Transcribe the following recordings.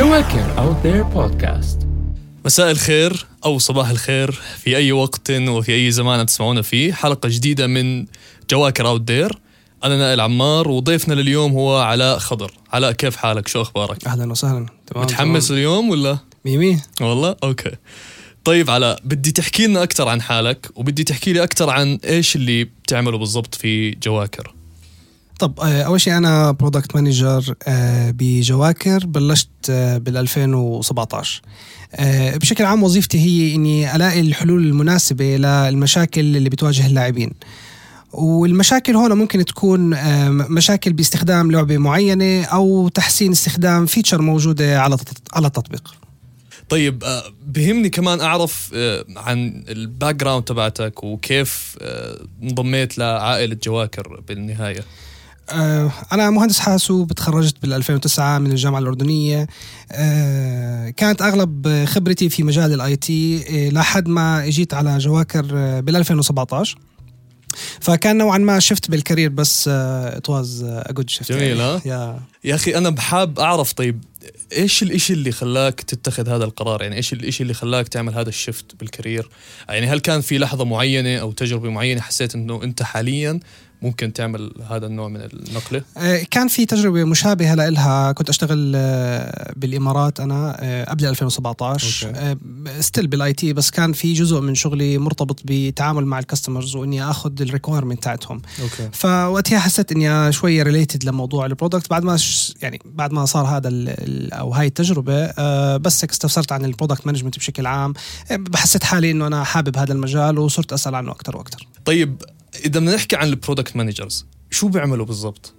جواكر Out There Podcast. مساء الخير أو صباح الخير في أي وقت وفي أي زمان تسمعونا فيه. حلقة جديدة من جواكر Out There. أنا نائل عمار وضيفنا لليوم هو علاء خضر. علاء كيف حالك؟ شو أخبارك؟ أهلا وسهلا. تمام. متحمس اليوم ولا؟ ميمي والله أوكي. طيب علاء، بدي تحكي لنا أكتر عن حالك وبدي تحكي لي أكتر عن إيش اللي بتعمله بالضبط في جواكر. طب أول شيء أنا برودكت مانجر بجواكر. بلشت بال2017. بشكل عام وظيفتي هي إني ألاقي الحلول المناسبة للمشاكل اللي بتواجه اللاعبين. والمشاكل هنا ممكن تكون مشاكل باستخدام لعبة معينة أو تحسين استخدام فيتشر موجودة على التطبيق. طيب بهمني كمان أعرف عن الباك جراوند تبعتك وكيف انضميت لعائلة جواكر بالنهاية. أنا مهندس حاسوب، تخرجت بال2009 من الجامعة الأردنية. كانت أغلب خبرتي في مجال الاي تي لحد ما اجيت على جواكر بال2017. فكان نوعا ما شفت بالكارير، بس it was a good shift. جميل. يا أخي أنا بحاب أعرف، طيب إيش الإشي اللي خلاك تتخذ هذا القرار؟ يعني إيش الإشي اللي خلاك تعمل هذا الشفت بالكارير؟ يعني هل كان في لحظة معينة أو تجربة معينة حسيت إنه أنت حاليا ممكن تعمل هذا النوع من النقلة؟ كان في تجربة مشابهة لها. كنت أشتغل بالإمارات أنا قبل 2017 ستيل بالاي تي، بس كان في جزء من شغلي مرتبط بتعامل مع الكاستمرز وإني أخذ الريكويرمنت تاعتهم. فوقتها حسيت إني شوية ريليتد لموضوع البرودكت. بعد ما صار هذا أو هاي التجربة، بس استفسرت عن البرودكت مانجمنت بشكل عام. بحسيت حالي إنه أنا حابب هذا المجال وصرت أسأل عنه أكتر وأكتر. طيب إذا بدنا نحكي عن البرودكت مانجرز، شو بيعملوا بالضبط؟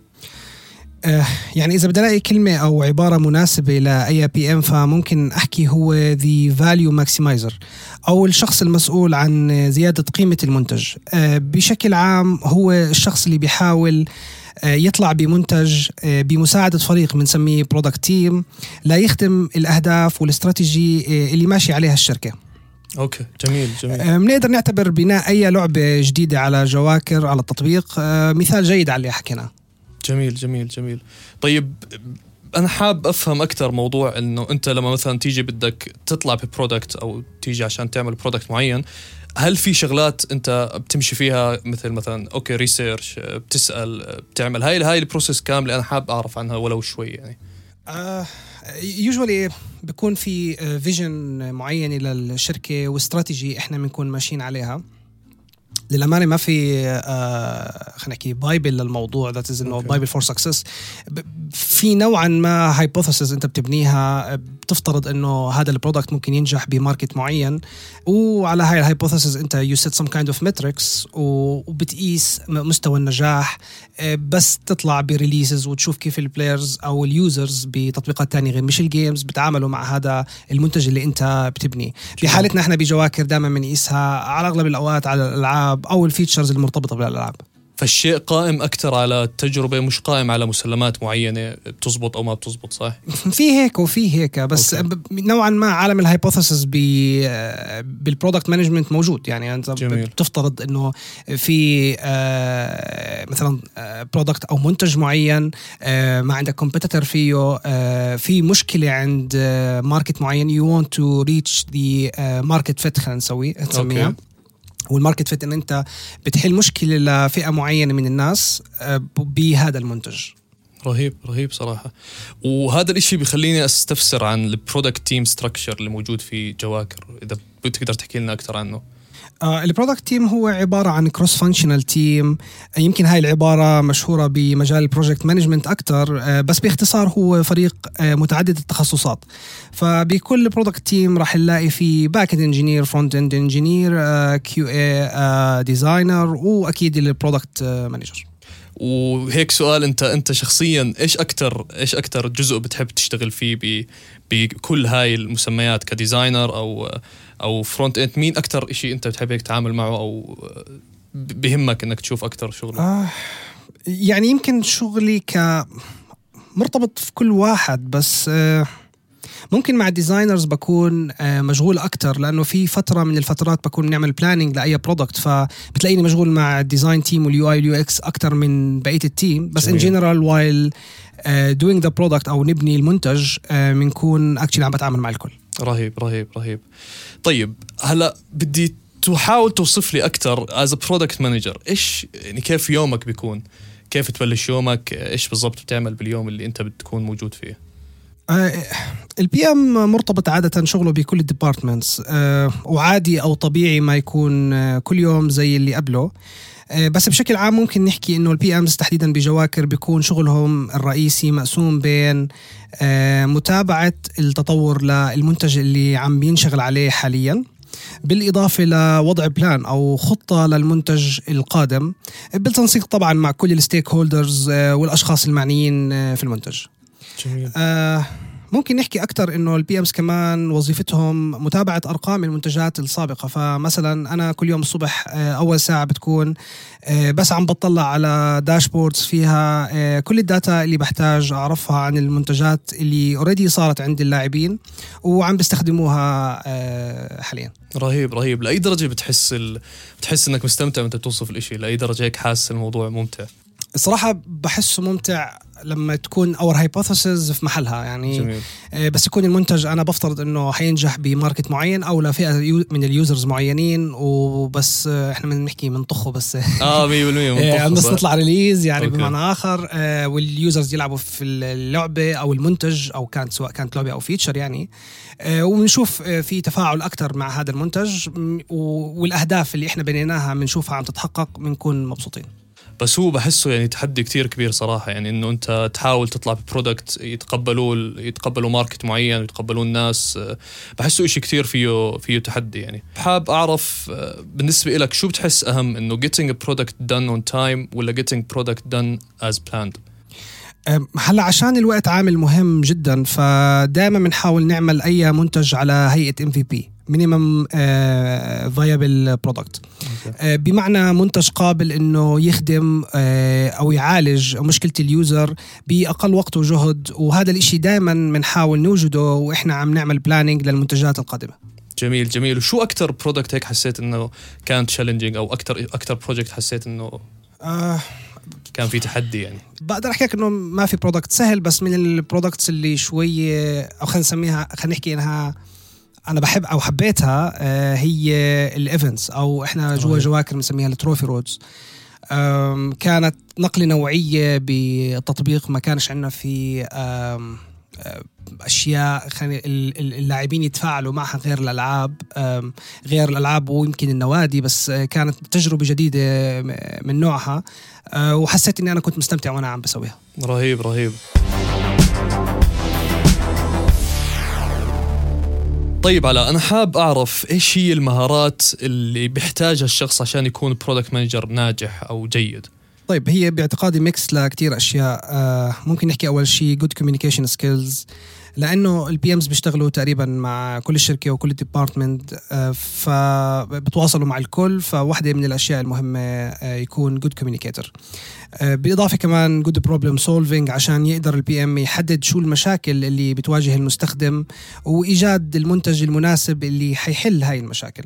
يعني إذا بدي ألاقي كلمة أو عبارة مناسبة لأي بي إم، فممكن أحكي هو the value maximizer، أو الشخص المسؤول عن زيادة قيمة المنتج. بشكل عام هو الشخص اللي بيحاول يطلع بمنتج بمساعدة فريق بنسميه برودكت تيم لا يخدم الأهداف والاستراتيجي اللي ماشي عليها الشركة. أوكي جميل. بنقدر نعتبر بناء أي لعبة جديدة على جواكر على التطبيق مثال جيد على اللي حكينا. جميل. طيب أنا حاب أفهم أكتر موضوع إنه أنت لما مثلا تيجي بدك تطلع ببرودكت أو تيجي عشان تعمل برودكت معين، هل في شغلات أنت بتمشي فيها مثلا أوكي ريسيرش، بتسأل، بتعمل هاي البروسيس كاملة؟ أنا حاب أعرف عنها ولو شوي يعني. يوجوالي بيكون في فيجن معينة للشركة واستراتيجي احنا بنكون ماشيين عليها. للأمانة ما في خلينا نحكي بايبل للموضوع، that is إنه بايبل فور سكسس. في نوعا ما هايبوثيسز أنت بتبنيها، بتفترض إنه هذا البرودكت ممكن ينجح بماركت معين، وعلى هاي الهايبوثيسز أنت you set some kind of metrics وبتقيس مستوى النجاح. بس تطلع بريليسز وتشوف كيف البلايرز أو اليوزرز بتطبيقات تانية غير مش الجيمز بتعاملوا مع هذا المنتج اللي أنت بتبني. بحالتنا إحنا بجواكر دائما بنقيسها على أغلب الأوقات على الألعاب أو الفيتشرز المرتبطة بالألعاب. فالشيء قائم أكتر على التجربة، مش قائم على مسلمات معينة بتزبط أو ما بتزبط، صح؟ في هيك وفي هيك، بس نوعا ما عالم الهايبوثيسز بالبرودكت مانجمنت موجود. يعني أنت بتفترض إنه في مثلا برودكت أو منتج معين ما عندك كومبيتيتور فيه، في مشكلة عند ماركت معين you want to reach the market fit، خلينا نسميها. والماركت فيت ان انت بتحل مشكله لفئه معينه من الناس بهذا المنتج. رهيب صراحه. وهذا الاشي بيخليني استفسر عن البرودكت تيم ستراكشر اللي موجود في جواكر، اذا بتقدر تحكي لنا اكثر عنه. البرودكت تيم هو عبارة عن كروس فانكشنال تيم. يمكن هاي العبارة مشهورة بمجال البروجكت مانجمنت أكتر، بس باختصار هو فريق متعدد التخصصات. فبكل برودكت تيم راح نلاقي في باك اند انجينير، فرونت اند انجينير، كيو اي ديزاينر، وأكيد البرودكت مانجر. وهيك سؤال، انت شخصيا ايش اكتر جزء بتحب تشتغل فيه بكل هاي المسميات كديزاينر او فرونت اند؟ مين اكتر اشي انت بتحب هيك تتعامل معه او بهمك انك تشوف اكتر شغل؟ يعني يمكن شغلي مرتبط في كل واحد، بس ممكن مع الديزاينرز بكون مشغول أكتر، لأنه في فترة من الفترات بكون نعمل بلانينج لأي برودكت، فبتلاقيني مشغول مع الديزاين تيم واليو اي واليو اكس أكتر من بقية التيم. بس in general while doing the product أو نبني المنتج بنكون actually عم بتعامل مع الكل. رهيب. طيب هلا بدي تحاول توصف لي أكتر as a product manager إيش يعني كيف يومك بيكون، كيف تبلش يومك، إيش بالضبط بتعمل باليوم اللي أنت بتكون موجود فيه؟ البي ام مرتبط عادة شغله بكل الديبارتمنتس، وعادي أو طبيعي ما يكون كل يوم زي اللي قبله. بس بشكل عام ممكن نحكي إنه البي امز تحديدا بجواكر بيكون شغلهم الرئيسي مقسوم بين متابعة التطور للمنتج اللي عم بينشغل عليه حاليا، بالإضافة لوضع بلان أو خطة للمنتج القادم بالتنسيق طبعا مع كل الستيك هولدرز والأشخاص المعنيين في المنتج. جميل. ممكن نحكي أكتر إنه البي امز كمان وظيفتهم متابعة أرقام المنتجات السابقة. فمثلا أنا كل يوم الصبح أول ساعة بتكون بس عم بطلع على داشبوردز فيها كل الداتا اللي بحتاج أعرفها عن المنتجات اللي اوريدي صارت عند اللاعبين وعم بيستخدموها حاليا. رهيب. لأي درجة بتحس إنك مستمتع وأنت توصف الإشي؟ لأي درجة هيك حاسس الموضوع ممتع؟ الصراحة بحسه ممتع لما تكون our hypothesis في محلها يعني. جميل. بس يكون المنتج أنا بفترض إنه حينجح بماركت معين أو لفئة من اليوزرز معينين، وبس إحنا بنحكي منطخه بس 100% بس نطلع ريليز يعني أوكي. بمعنى آخر واليوزرز يلعبوا في اللعبة أو المنتج أو سواء كانت لعبة أو فيتشر يعني، وبنشوف في تفاعل أكتر مع هذا المنتج والأهداف اللي إحنا بنيناها بنشوفها عم تتحقق بنكون مبسوطين. بس هو بحسه يعني تحدي كتير كبير صراحة، يعني إنه أنت تحاول تطلع ببرودكت يتقبلوا ماركت معين ويتقبلوا الناس. بحسه إشي كتير فيه تحدي يعني. حاب أعرف بالنسبة إلك شو بتحس أهم، إنه getting a product done on time ولا getting product done as planned؟ هلا عشان الوقت عامل مهم جدا، فدائما بنحاول نعمل أي منتج على هيئة MVP minimum viable product. بمعنى منتج قابل إنه يخدم أو يعالج مشكلة اليوزر بأقل وقت وجهد، وهذا الإشي دائما بنحاول نوجده وإحنا عم نعمل بلانينج للمنتجات القادمة. جميل. وشو أكتر برودكت هيك حسيت إنه كان تشالنجينج، أو أكتر بروجكت حسيت إنه كان في تحدي يعني؟ بقدر أحكيك إنه ما في برودكت سهل، بس من البرودكتس اللي شوية أو خلينا نحكي إنها أنا بحب أو حبيتها هي الإيفنتس، أو إحنا جواكر بنسميها التروفي رودز. كانت نقلة نوعية بتطبيق ما كانش عندنا في أشياء اللاعبين يتفاعلوا معها غير الألعاب ويمكن النوادي، بس كانت تجربة جديدة من نوعها، وحسيت إني أنا كنت مستمتع وأنا عم بسويها. رهيب. طيب علاء، أنا حاب أعرف إيش هي المهارات اللي بيحتاجها الشخص عشان يكون برودكت مانجر ناجح أو جيد؟ طيب هي باعتقادي ميكس لكتير أشياء. ممكن نحكي أول شيء good communication skills، لأنه البي امز بيشتغلوا تقريبا مع كل الشركة وكل الديبارتمنت، فبتواصلوا مع الكل، فواحدة من الأشياء المهمة يكون good communicator. بالإضافة كمان good problem solving عشان يقدر البي ام يحدد شو المشاكل اللي بتواجه المستخدم وإيجاد المنتج المناسب اللي حيحل هاي المشاكل.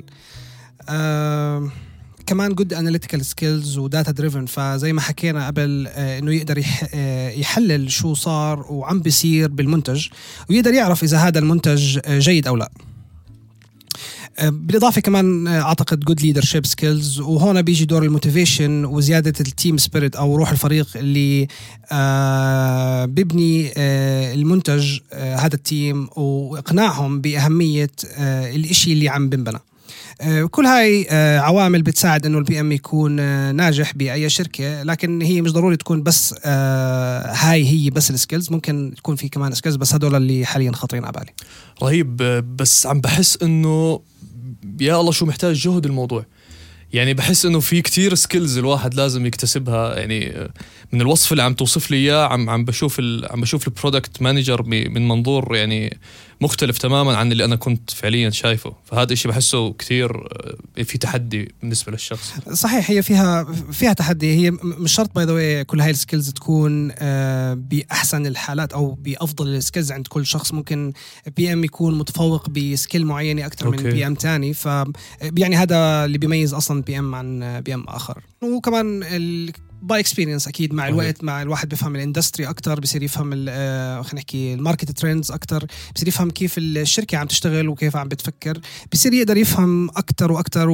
كمان good analytical skills و data driven، فزي ما حكينا قبل إنه يقدر يحلل شو صار وعم بيصير بالمنتج ويقدر يعرف إذا هذا المنتج جيد أو لا. بالإضافة كمان أعتقد good leadership skills، وهنا بيجي دور الموتيفيشن وزيادة التيم سبيريت أو روح الفريق اللي بيبني المنتج هذا التيم وإقناعهم بأهمية الإشي اللي عم بنبنى. كل هاي عوامل بتساعد إنه البي ام يكون ناجح بأي شركة، لكن هي مش ضروري تكون بس هي بس السكيلز، ممكن تكون في كمان سكيلز، بس هدول اللي حاليا خاطرين على بالي. رهيب. بس عم بحس إنه يا الله شو محتاج جهد الموضوع. يعني بحس إنه في كتير سكيلز الواحد لازم يكتسبها. يعني من الوصف اللي عم توصف لي إياه عم بشوف البرودكت مانجر من منظور يعني مختلف تماما عن اللي أنا كنت فعليا شايفه. فهذا الشيء بحسه كتير في تحدي بالنسبة للشخص. صحيح، هي فيها تحدي. هي مش شرط باي ذا واي كل هاي السكيلز تكون بأحسن الحالات أو بأفضل السكيلز عند كل شخص. ممكن بي ام يكون متفوق بسكيل معينة أكتر من بي ام تاني، يعني هذا اللي بيميز أصلا بي ام عن بي ام آخر. وكمان باي اكسبيرينس اكيد مع الوقت، مع الواحد بيفهم الاندستري اكتر، بصير يفهم خلينا نحكي الماركت ترندز اكتر، بصير يفهم كيف الشركه عم تشتغل وكيف عم بتفكر، بصير يقدر يفهم اكتر واكتر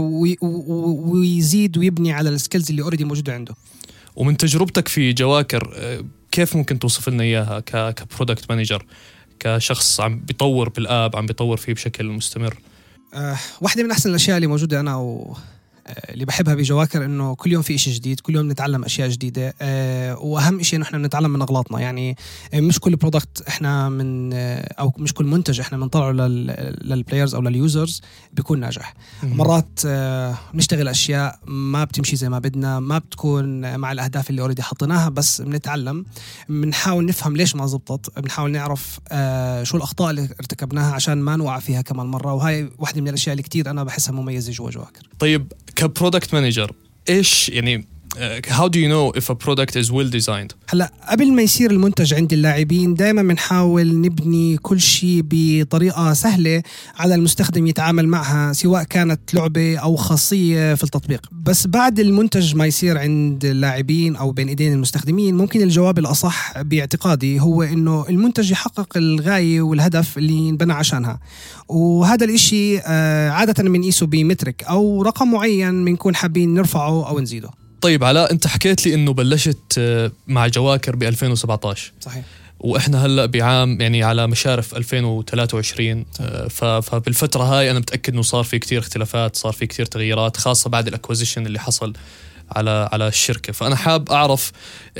ويزيد ويبني على السكيلز اللي اوريدي موجوده عنده. ومن تجربتك في جواكر كيف ممكن توصف لنا اياها كبرودكت مانجر، كشخص عم بيطور بالآب، عم بيطور فيه بشكل مستمر؟ واحدة من أحسن الأشياء اللي موجودة أنا اللي بحبها بجواكر إنه كل يوم في إشي جديد، كل يوم نتعلم أشياء جديدة، وأهم إشي إنه إحنا نتعلم من أغلاطنا. يعني مش كل برودكت إحنا أو مش كل منتج إحنا بنطلعه للبلايرز أو لليوزرز بيكون ناجح. مرات نشتغل أشياء ما بتمشي زي ما بدنا، ما بتكون مع الأهداف اللي أوريدي حطيناها، بس بنتعلم، بنحاول نفهم ليش ما زبطت، بنحاول نعرف شو الأخطاء اللي ارتكبناها عشان ما نوقع فيها كمان مرة. وهاي واحدة من الأشياء اللي كتير أنا بحسها مميزة جوا جواكر. طيب كبرودكت مانجر ايش يعني how do you know if a product is well designed؟ هلا قبل ما يصير المنتج عند اللاعبين دائما بنحاول نبني كل شيء بطريقة سهلة على المستخدم يتعامل معها، سواء كانت لعبة أو خاصية في التطبيق. بس بعد المنتج ما يصير عند اللاعبين أو بين إيدين المستخدمين، ممكن الجواب الأصح باعتقادي هو إنه المنتج يحقق الغاية والهدف اللي انبنى عشانها. وهذا الإشي عادة بنقيسه بمترك أو رقم معين بنكون حابين نرفعه أو نزيده. طيب علاء، انت حكيت لي انه بلشت مع جواكر ب 2017. صحيح. واحنا هلا بعام يعني على مشارف 2023. فبالفتره هاي انا متاكد انه صار في كتير اختلافات، صار في كتير تغييرات، خاصه بعد الاكوزيشن اللي حصل على الشركه. فانا حاب اعرف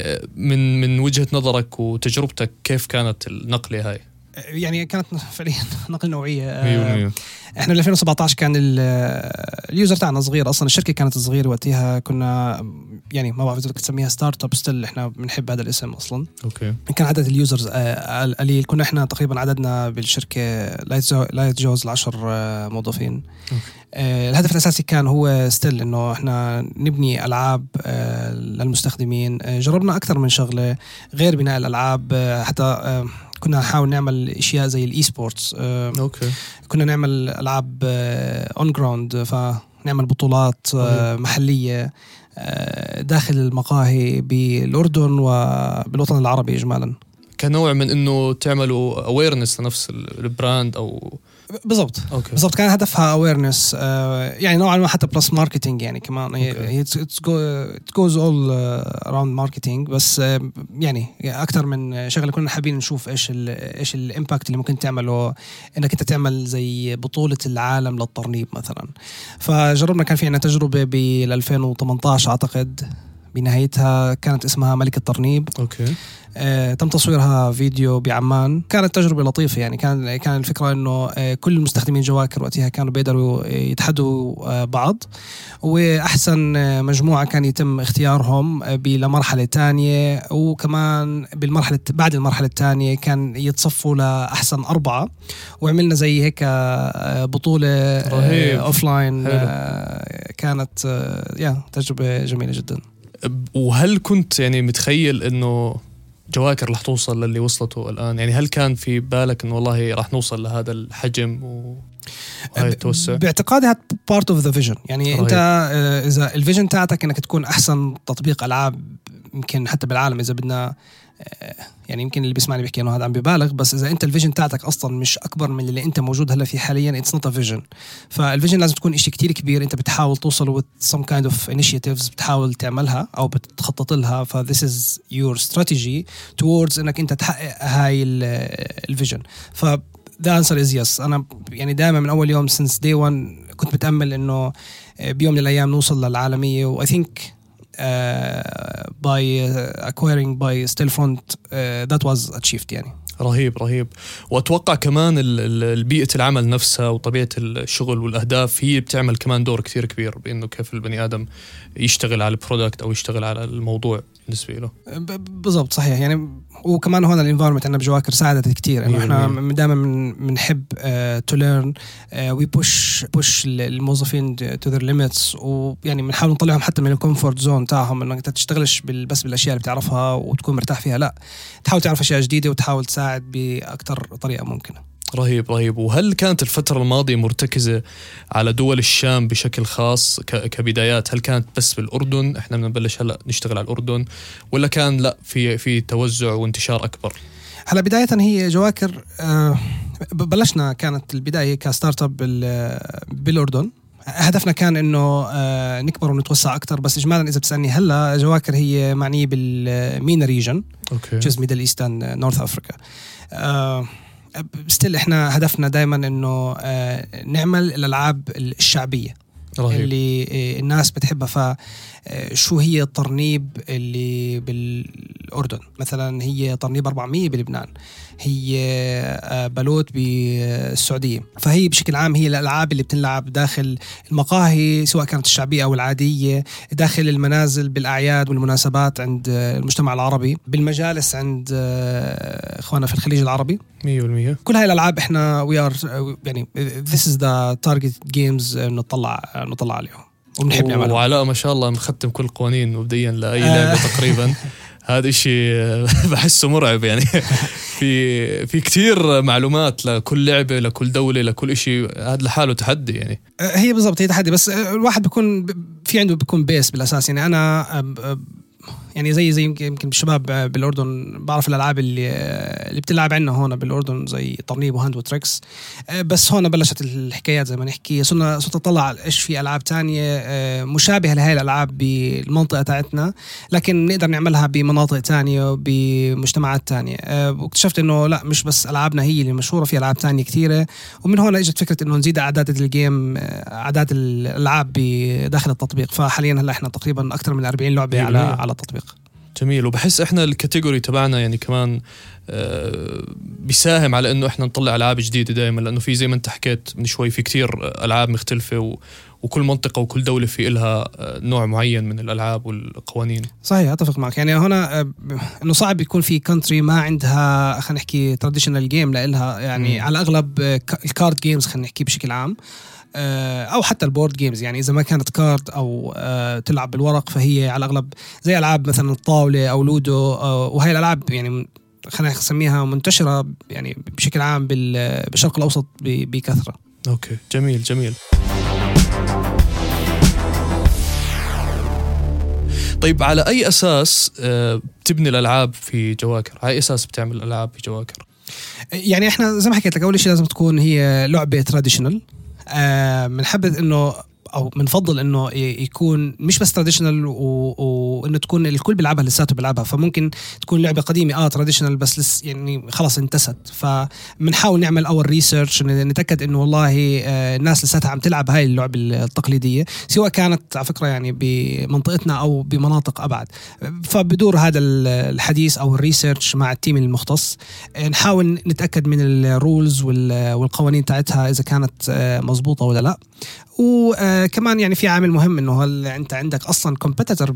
من وجهه نظرك وتجربتك كيف كانت النقله هاي. يعني كانت فعليا نقل نوعيه. 100%. احنا 2017 كان اليوزر تاعنا صغير اصلا، الشركه كانت صغيره وقتها، كنا يعني ما بعرف اذا بدك تسميها ستارت اب، ستيل احنا بنحب هذا الاسم اصلا. اوكي. كان عدد اليوزرز قليل، كنا احنا تقريبا عددنا بالشركه لا يتجاوز 10 موظفين. الهدف الاساسي كان هو ستيل انه احنا نبني العاب للمستخدمين. جربنا اكثر من شغله غير بناء الالعاب، حتى كنا نحاول نعمل اشياء زي الاي سبورتس. اوكي. كنا نعمل العاب اون جراوند، فنعمل بطولات محليه داخل المقاهي بالاردن وبالوطن العربي اجمالا، كنوع من انه تعملوا اويرنس لنفس البراند او بالضبط. بالضبط، كان هدفها awareness، يعني نوعا ما حتى بلس ماركتينج يعني كمان. it goes all around marketing، بس يعني أكتر من شغلة كنا حابين نشوف إيش الإمباكت اللي ممكن تعمله إنك أنت تعمل زي بطولة العالم للترنيب مثلا. فجربنا، كان في عنا تجربة بال 2018 أعتقد، بنهايتها كانت اسمها ملك الترنيب. اوكي. تم تصويرها فيديو بعمان، كانت تجربة لطيفة. يعني كان الفكرة انه كل المستخدمين جواكر وقتها كانوا بيقدروا يتحدوا بعض، واحسن مجموعة كان يتم اختيارهم لمرحلة تانية، وكمان بعد المرحلة الثانية كان يتصفوا لأحسن 4، وعملنا زي هيك بطولة اوفلاين. كانت تجربة جميلة جدا. وهل كنت يعني متخيل انه جواكر رح توصل للي وصلته الآن؟ يعني هل كان في بالك انه والله رح نوصل لهذا الحجم ويتوسع؟ باعتقادي هذا part of the vision. يعني رهيب. انت اذا الفيجن تاعتك انك تكون احسن تطبيق العاب يمكن حتى بالعالم، اذا بدنا يعني يمكن اللي بيسمعني بيحكي انه هذا عم ببالغ، بس اذا انت الفيجن تاعتك اصلا مش اكبر من اللي انت موجود هلا في حاليا، it's not a vision. فالفيجن لازم تكون إشي كتير كبير، انت بتحاول توصل with some kind of initiatives، بتحاول تعملها او بتخطط لها. ف this is your strategy towards انك انت تحقق هاي الفيجن. ف the answer is yes. انا يعني دائما من اول يوم since day one كنت متامل انه بيوم من الايام نوصل للعالميه، و I think by acquiring by Stillfront that was achieved. يعني رهيب. وأتوقع كمان البيئة العمل نفسها وطبيعة الشغل والأهداف هي بتعمل كمان دور كثير كبير بأنه كيف البني آدم يشتغل على البرودكت أو يشتغل على الموضوع بالنسبة له. بالضبط، صحيح. يعني وكمان هون الانفايرمنت عندنا بجواكر ساعدت كتير، انه احنا دائما بنحب to learn، we push الموظفين to their limits، ويعني بنحاول نطلعهم حتى من الكومفورت زون تاعهم، انك انت تشتغلش بس بالاشياء اللي بتعرفها وتكون مرتاح فيها، لا تحاول تعرف اشياء جديده وتحاول تساعد باكثر طريقه ممكنه. رهيب. وهل كانت الفترة الماضية مرتكزة على دول الشام بشكل خاص كبدايات؟ هل كانت بس بالأردن، احنا بنبلش هلا نشتغل على الأردن، ولا كان لا في توزع وانتشار أكبر؟ هلا بداية هي جواكر بلشنا، كانت البداية كستارت اب بالأردن. هدفنا كان انه نكبر ونتوسع اكثر، بس اجمالا اذا بتسالني هلا جواكر هي معنيه بالمينا ريجن، جزء ميدل ايسترن نورث افريكا. ستيل احنا هدفنا دائما انه نعمل الالعاب الشعبيه رهيب. اللي الناس بتحبها. فشو هي الترنيب اللي بالأردن؟ مثلا هي ترنيب 400 بلبنان، هي بلوت بالسعودية. فهي بشكل عام هي الألعاب اللي بتنلعب داخل المقاهي، سواء كانت الشعبية أو العادية، داخل المنازل بالأعياد والمناسبات عند المجتمع العربي، بالمجالس عند إخوانا في الخليج العربي 100%. كل هاي الألعاب إحنا يعني this is the target games نطلع عليهم ونحب نعملها. وعلاء ما شاء الله مختم كل قوانين مبدئيا لأي لعبة تقريبا. هذا إشي بحسه مرعب يعني. في كتير معلومات لكل لعبة، لكل دولة، لكل إشي. هذا لحاله تحدي يعني. هي بالضبط، هي تحدي، بس الواحد بيكون في عنده بيكون بيس بالأساس. يعني أنا يعني زي يمكن الشباب بالأردن بعرف الألعاب اللي بتلعب عنا هون بالأردن زي ترنيب وهاند وتريكس. بس هون بلشت الحكايات زي ما نحكي، صرنا نطلع إيش في ألعاب تانية مشابهة لهاي الألعاب بالمنطقة تاعتنا، لكن نقدر نعملها بمناطق تانية وبمجتمعات تانية. واكتشفت إنه لا، مش بس ألعابنا هي اللي مشهورة، في ألعاب تانية كتيرة. ومن هون إجت فكرة إنه نزيد أعداد الجيم، أعداد الألعاب بداخل التطبيق. فحاليا هلا إحنا تقريبا أكثر من 40 لعبة على التطبيق. جميل. وبحس احنا الكاتيجوري تبعنا يعني كمان بيساهم على انه احنا نطلع العاب جديده دائما، لانه في زي ما انت حكيت من شوي في كتير العاب مختلفه، وكل منطقه وكل دوله في إلها نوع معين من الالعاب والقوانين. صحيح، اتفق معك. يعني هنا انه صعب يكون في كونتري ما عندها خلينا نحكي تراديشنال جيم لإلها. يعني على الاغلب الكارد جيمز خلينا نحكي بشكل عام، او حتى البورد جيمز. يعني اذا ما كانت كارد او تلعب بالورق، فهي على الاغلب زي العاب مثلا الطاوله او لودو، وهي الالعاب يعني خلينا نسميها منتشره يعني بشكل عام بالشرق الاوسط بكثره. اوكي، جميل. طيب على اي اساس بتبني الالعاب في جواكر؟ على اي اساس بتعمل الالعاب في جواكر؟ يعني احنا زي ما حكيت لك، اول شيء لازم تكون هي لعبه تراديشنال. بنحب انه او بنفضل انه يكون مش بس تراديشنال، وانه تكون الكل بيلعبها لساته بيلعبها. فممكن تكون لعبه قديمه تراديشنال بس يعني خلاص انتست. فبنحاول نعمل اول ريسيرش نتاكد انه والله الناس لساتها عم تلعب هاي اللعبه التقليديه، سواء كانت على فكره يعني بمنطقتنا او بمناطق ابعد. فبدور هذا الحديث او الريسيرش مع التيم المختص، نحاول نتاكد من الرولز والقوانين تاعتها اذا كانت مزبوطه ولا لا. وكمان يعني في عامل مهم انه هل انت عندك اصلا كومبيتيتور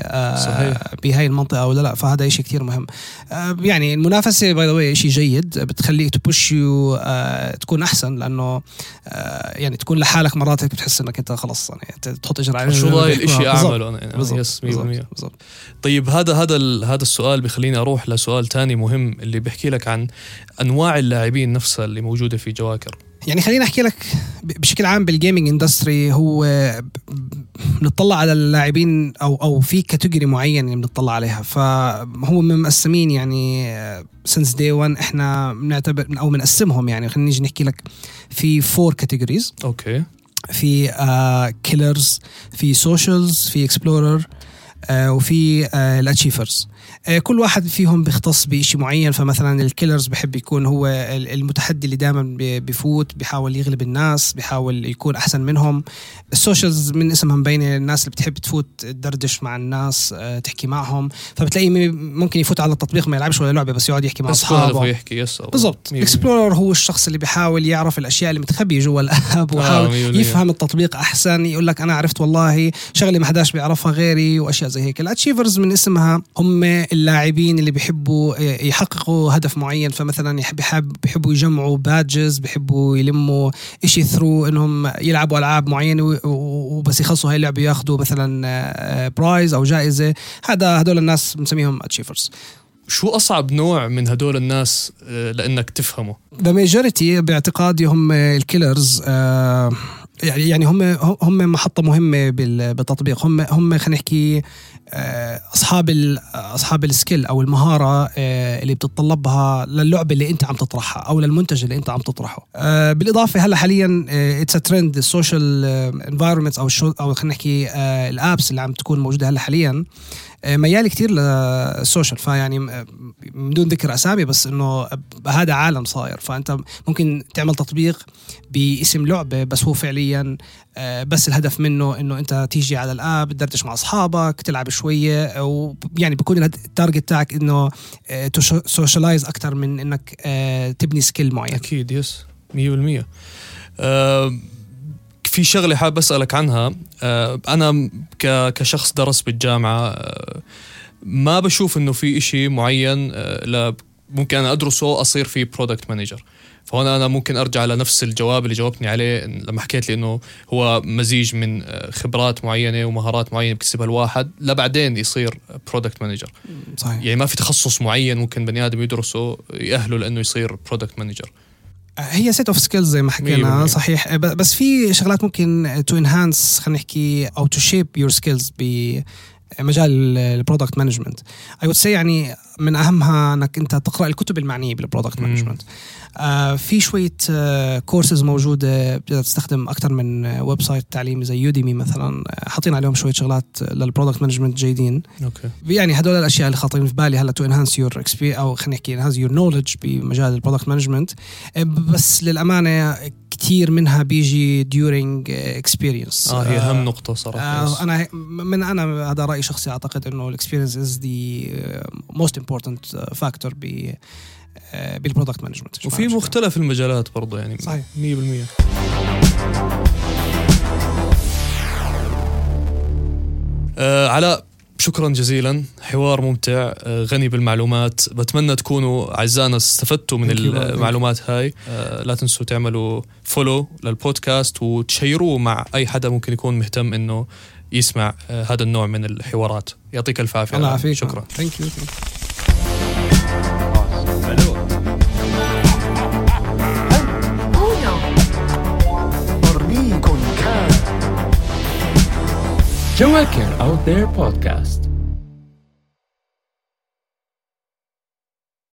بهاي المنطقه ولا لا. فهذا شيء كتير مهم. يعني المنافسه باي ذا واي شيء جيد، بتخليك تبوش تكون احسن، لانه يعني تكون لحالك مرات بتحس انك انت خلص يعني تحط اجر على شو ضايل الاشي اعمله انا. بالضبط. طيب هذا السؤال بيخليني اروح لسؤال تاني مهم اللي بيحكي لك عن انواع اللاعبين نفسها اللي موجوده في جواكر. يعني خليني احكي لك بشكل عام بالجيمنج اندستري، هو بنطلع على اللاعبين او في كاتيجوري معين بنطلع عليها. فهو مقسمين يعني since day one احنا بنعتبر او بنقسمهم. يعني خلينا نيجي نحكي لك في 4 كاتيجوريز. اوكي. في كيلرز، في سوشيالز، في اكسبلورر، وفي الاتشيفرز. كل واحد فيهم بيختص بشيء معين. فمثلا الكيلرز بحب يكون هو المتحدي اللي دائما بيفوت، بيحاول يغلب الناس، بيحاول يكون أحسن منهم. السوشيالز من اسمها مبينة، الناس اللي بتحب تفوت تدردش مع الناس، تحكي معهم. فبتلاقيه ممكن يفوت على التطبيق ما يلعبش ولا لعبة، بس يقعد يحكي مع أصحابه. بالضبط. اكسبلورر هو الشخص اللي بيحاول يعرف الأشياء اللي متخبية جوا الأب، وحاول يفهم التطبيق أحسن. يقول لك أنا عرفت والله شغلة ما حداش بيعرفها غيري وأشياء زي هيك. الاتشيفرز من اسمها هم اللاعبين اللي بيحبوا يحققوا هدف معين. فمثلا بيحبوا يجمعوا بادجز، بيحبوا يلموا إشي ثرو إنهم يلعبوا ألعاب معينة، وبس يخلصوا هاي اللعبة ياخدوا مثلا برايز أو جائزة. هدول الناس بنسميهم اتشيفرز. شو أصعب نوع من هدول الناس لأنك تفهمه؟ The majority باعتقادي هم الكيلرز. يعني هم محطة مهمة بالتطبيق. هم خلينا نحكي أصحاب السكيل أو المهارة اللي بتتطلبها للعبة اللي أنت عم تطرحها أو للمنتج اللي أنت عم تطرحه. بالإضافة هلا حاليا it's a trend السوشيال environments أو خلينا نحكي الابس اللي عم تكون موجودة هلا حاليا ميال كتير للسوشيال. فيعني من دون ذكر أسامي بس إنه هذا عالم صاير. فأنت ممكن تعمل تطبيق باسم لعبة بس هو فعليا بس الهدف منه إنه أنت تيجي على الآب تدردش مع أصحابك تلعب شوية، ويعني بيكون التارجت تاعك إنه سوشيالايز أكتر من إنك تبني سكيل معين. أكيد يس 100%. في شغلة حاب أسألك عنها. أنا كشخص درس بالجامعة ما بشوف إنه في إشي معين ممكن أنا أدرسه أصير فيه برودكت مانجر. فهنا أنا ممكن أرجع على نفس الجواب اللي جاوبتني عليه لما حكيت لي إنه هو مزيج من خبرات معينة ومهارات معينة بكسبها الواحد لبعدين يصير برودكت مانجر. صحيح. يعني ما في تخصص معين ممكن بني آدم يدرسه يأهله لأنه يصير برودكت مانجر. هي set of skills زي ما حكينا. صحيح. بس في شغلات ممكن to enhance خلينا نحكي أو to shape your skills بمجال البرودكت مانجمنت. I would say يعني من أهمها أنك أنت تقرأ الكتب المعنية بالبرودكت مانجمنت. في شوية كورسز موجودة بتقدر تستخدم أكتر من ويب سايت تعليمي زي يوديمي مثلا، حاطين عليهم شوية شغلات للبرودكت مانجمنت جيدين. أوكي. يعني هدول الأشياء اللي خاطرين في بالي هلا to enhance your experience أو خلينا نحكي enhance your knowledge بمجال البرودكت مانجمنت. بس للأمانة كتير منها بيجي during experience. هي أهم نقطة صراحة. أنا هذا رأي شخصي، أعتقد إنه experience is the most important factor بالبرودكت مانجمنت. وفي مختلف المجالات برضه يعني. صحيح. 100%. علاء شكرا جزيلا، حوار ممتع غني بالمعلومات. بتمنى تكونوا أعزائنا استفدتوا من المعلومات هاي. لا تنسوا تعملوا فولو للبودكاست وتشيروه مع أي حدا ممكن يكون مهتم إنه يسمع هذا النوع من الحوارات. يعطيك الف عافية. الله يعافيك. شكرا. Thank you. Joakim Out There Podcast.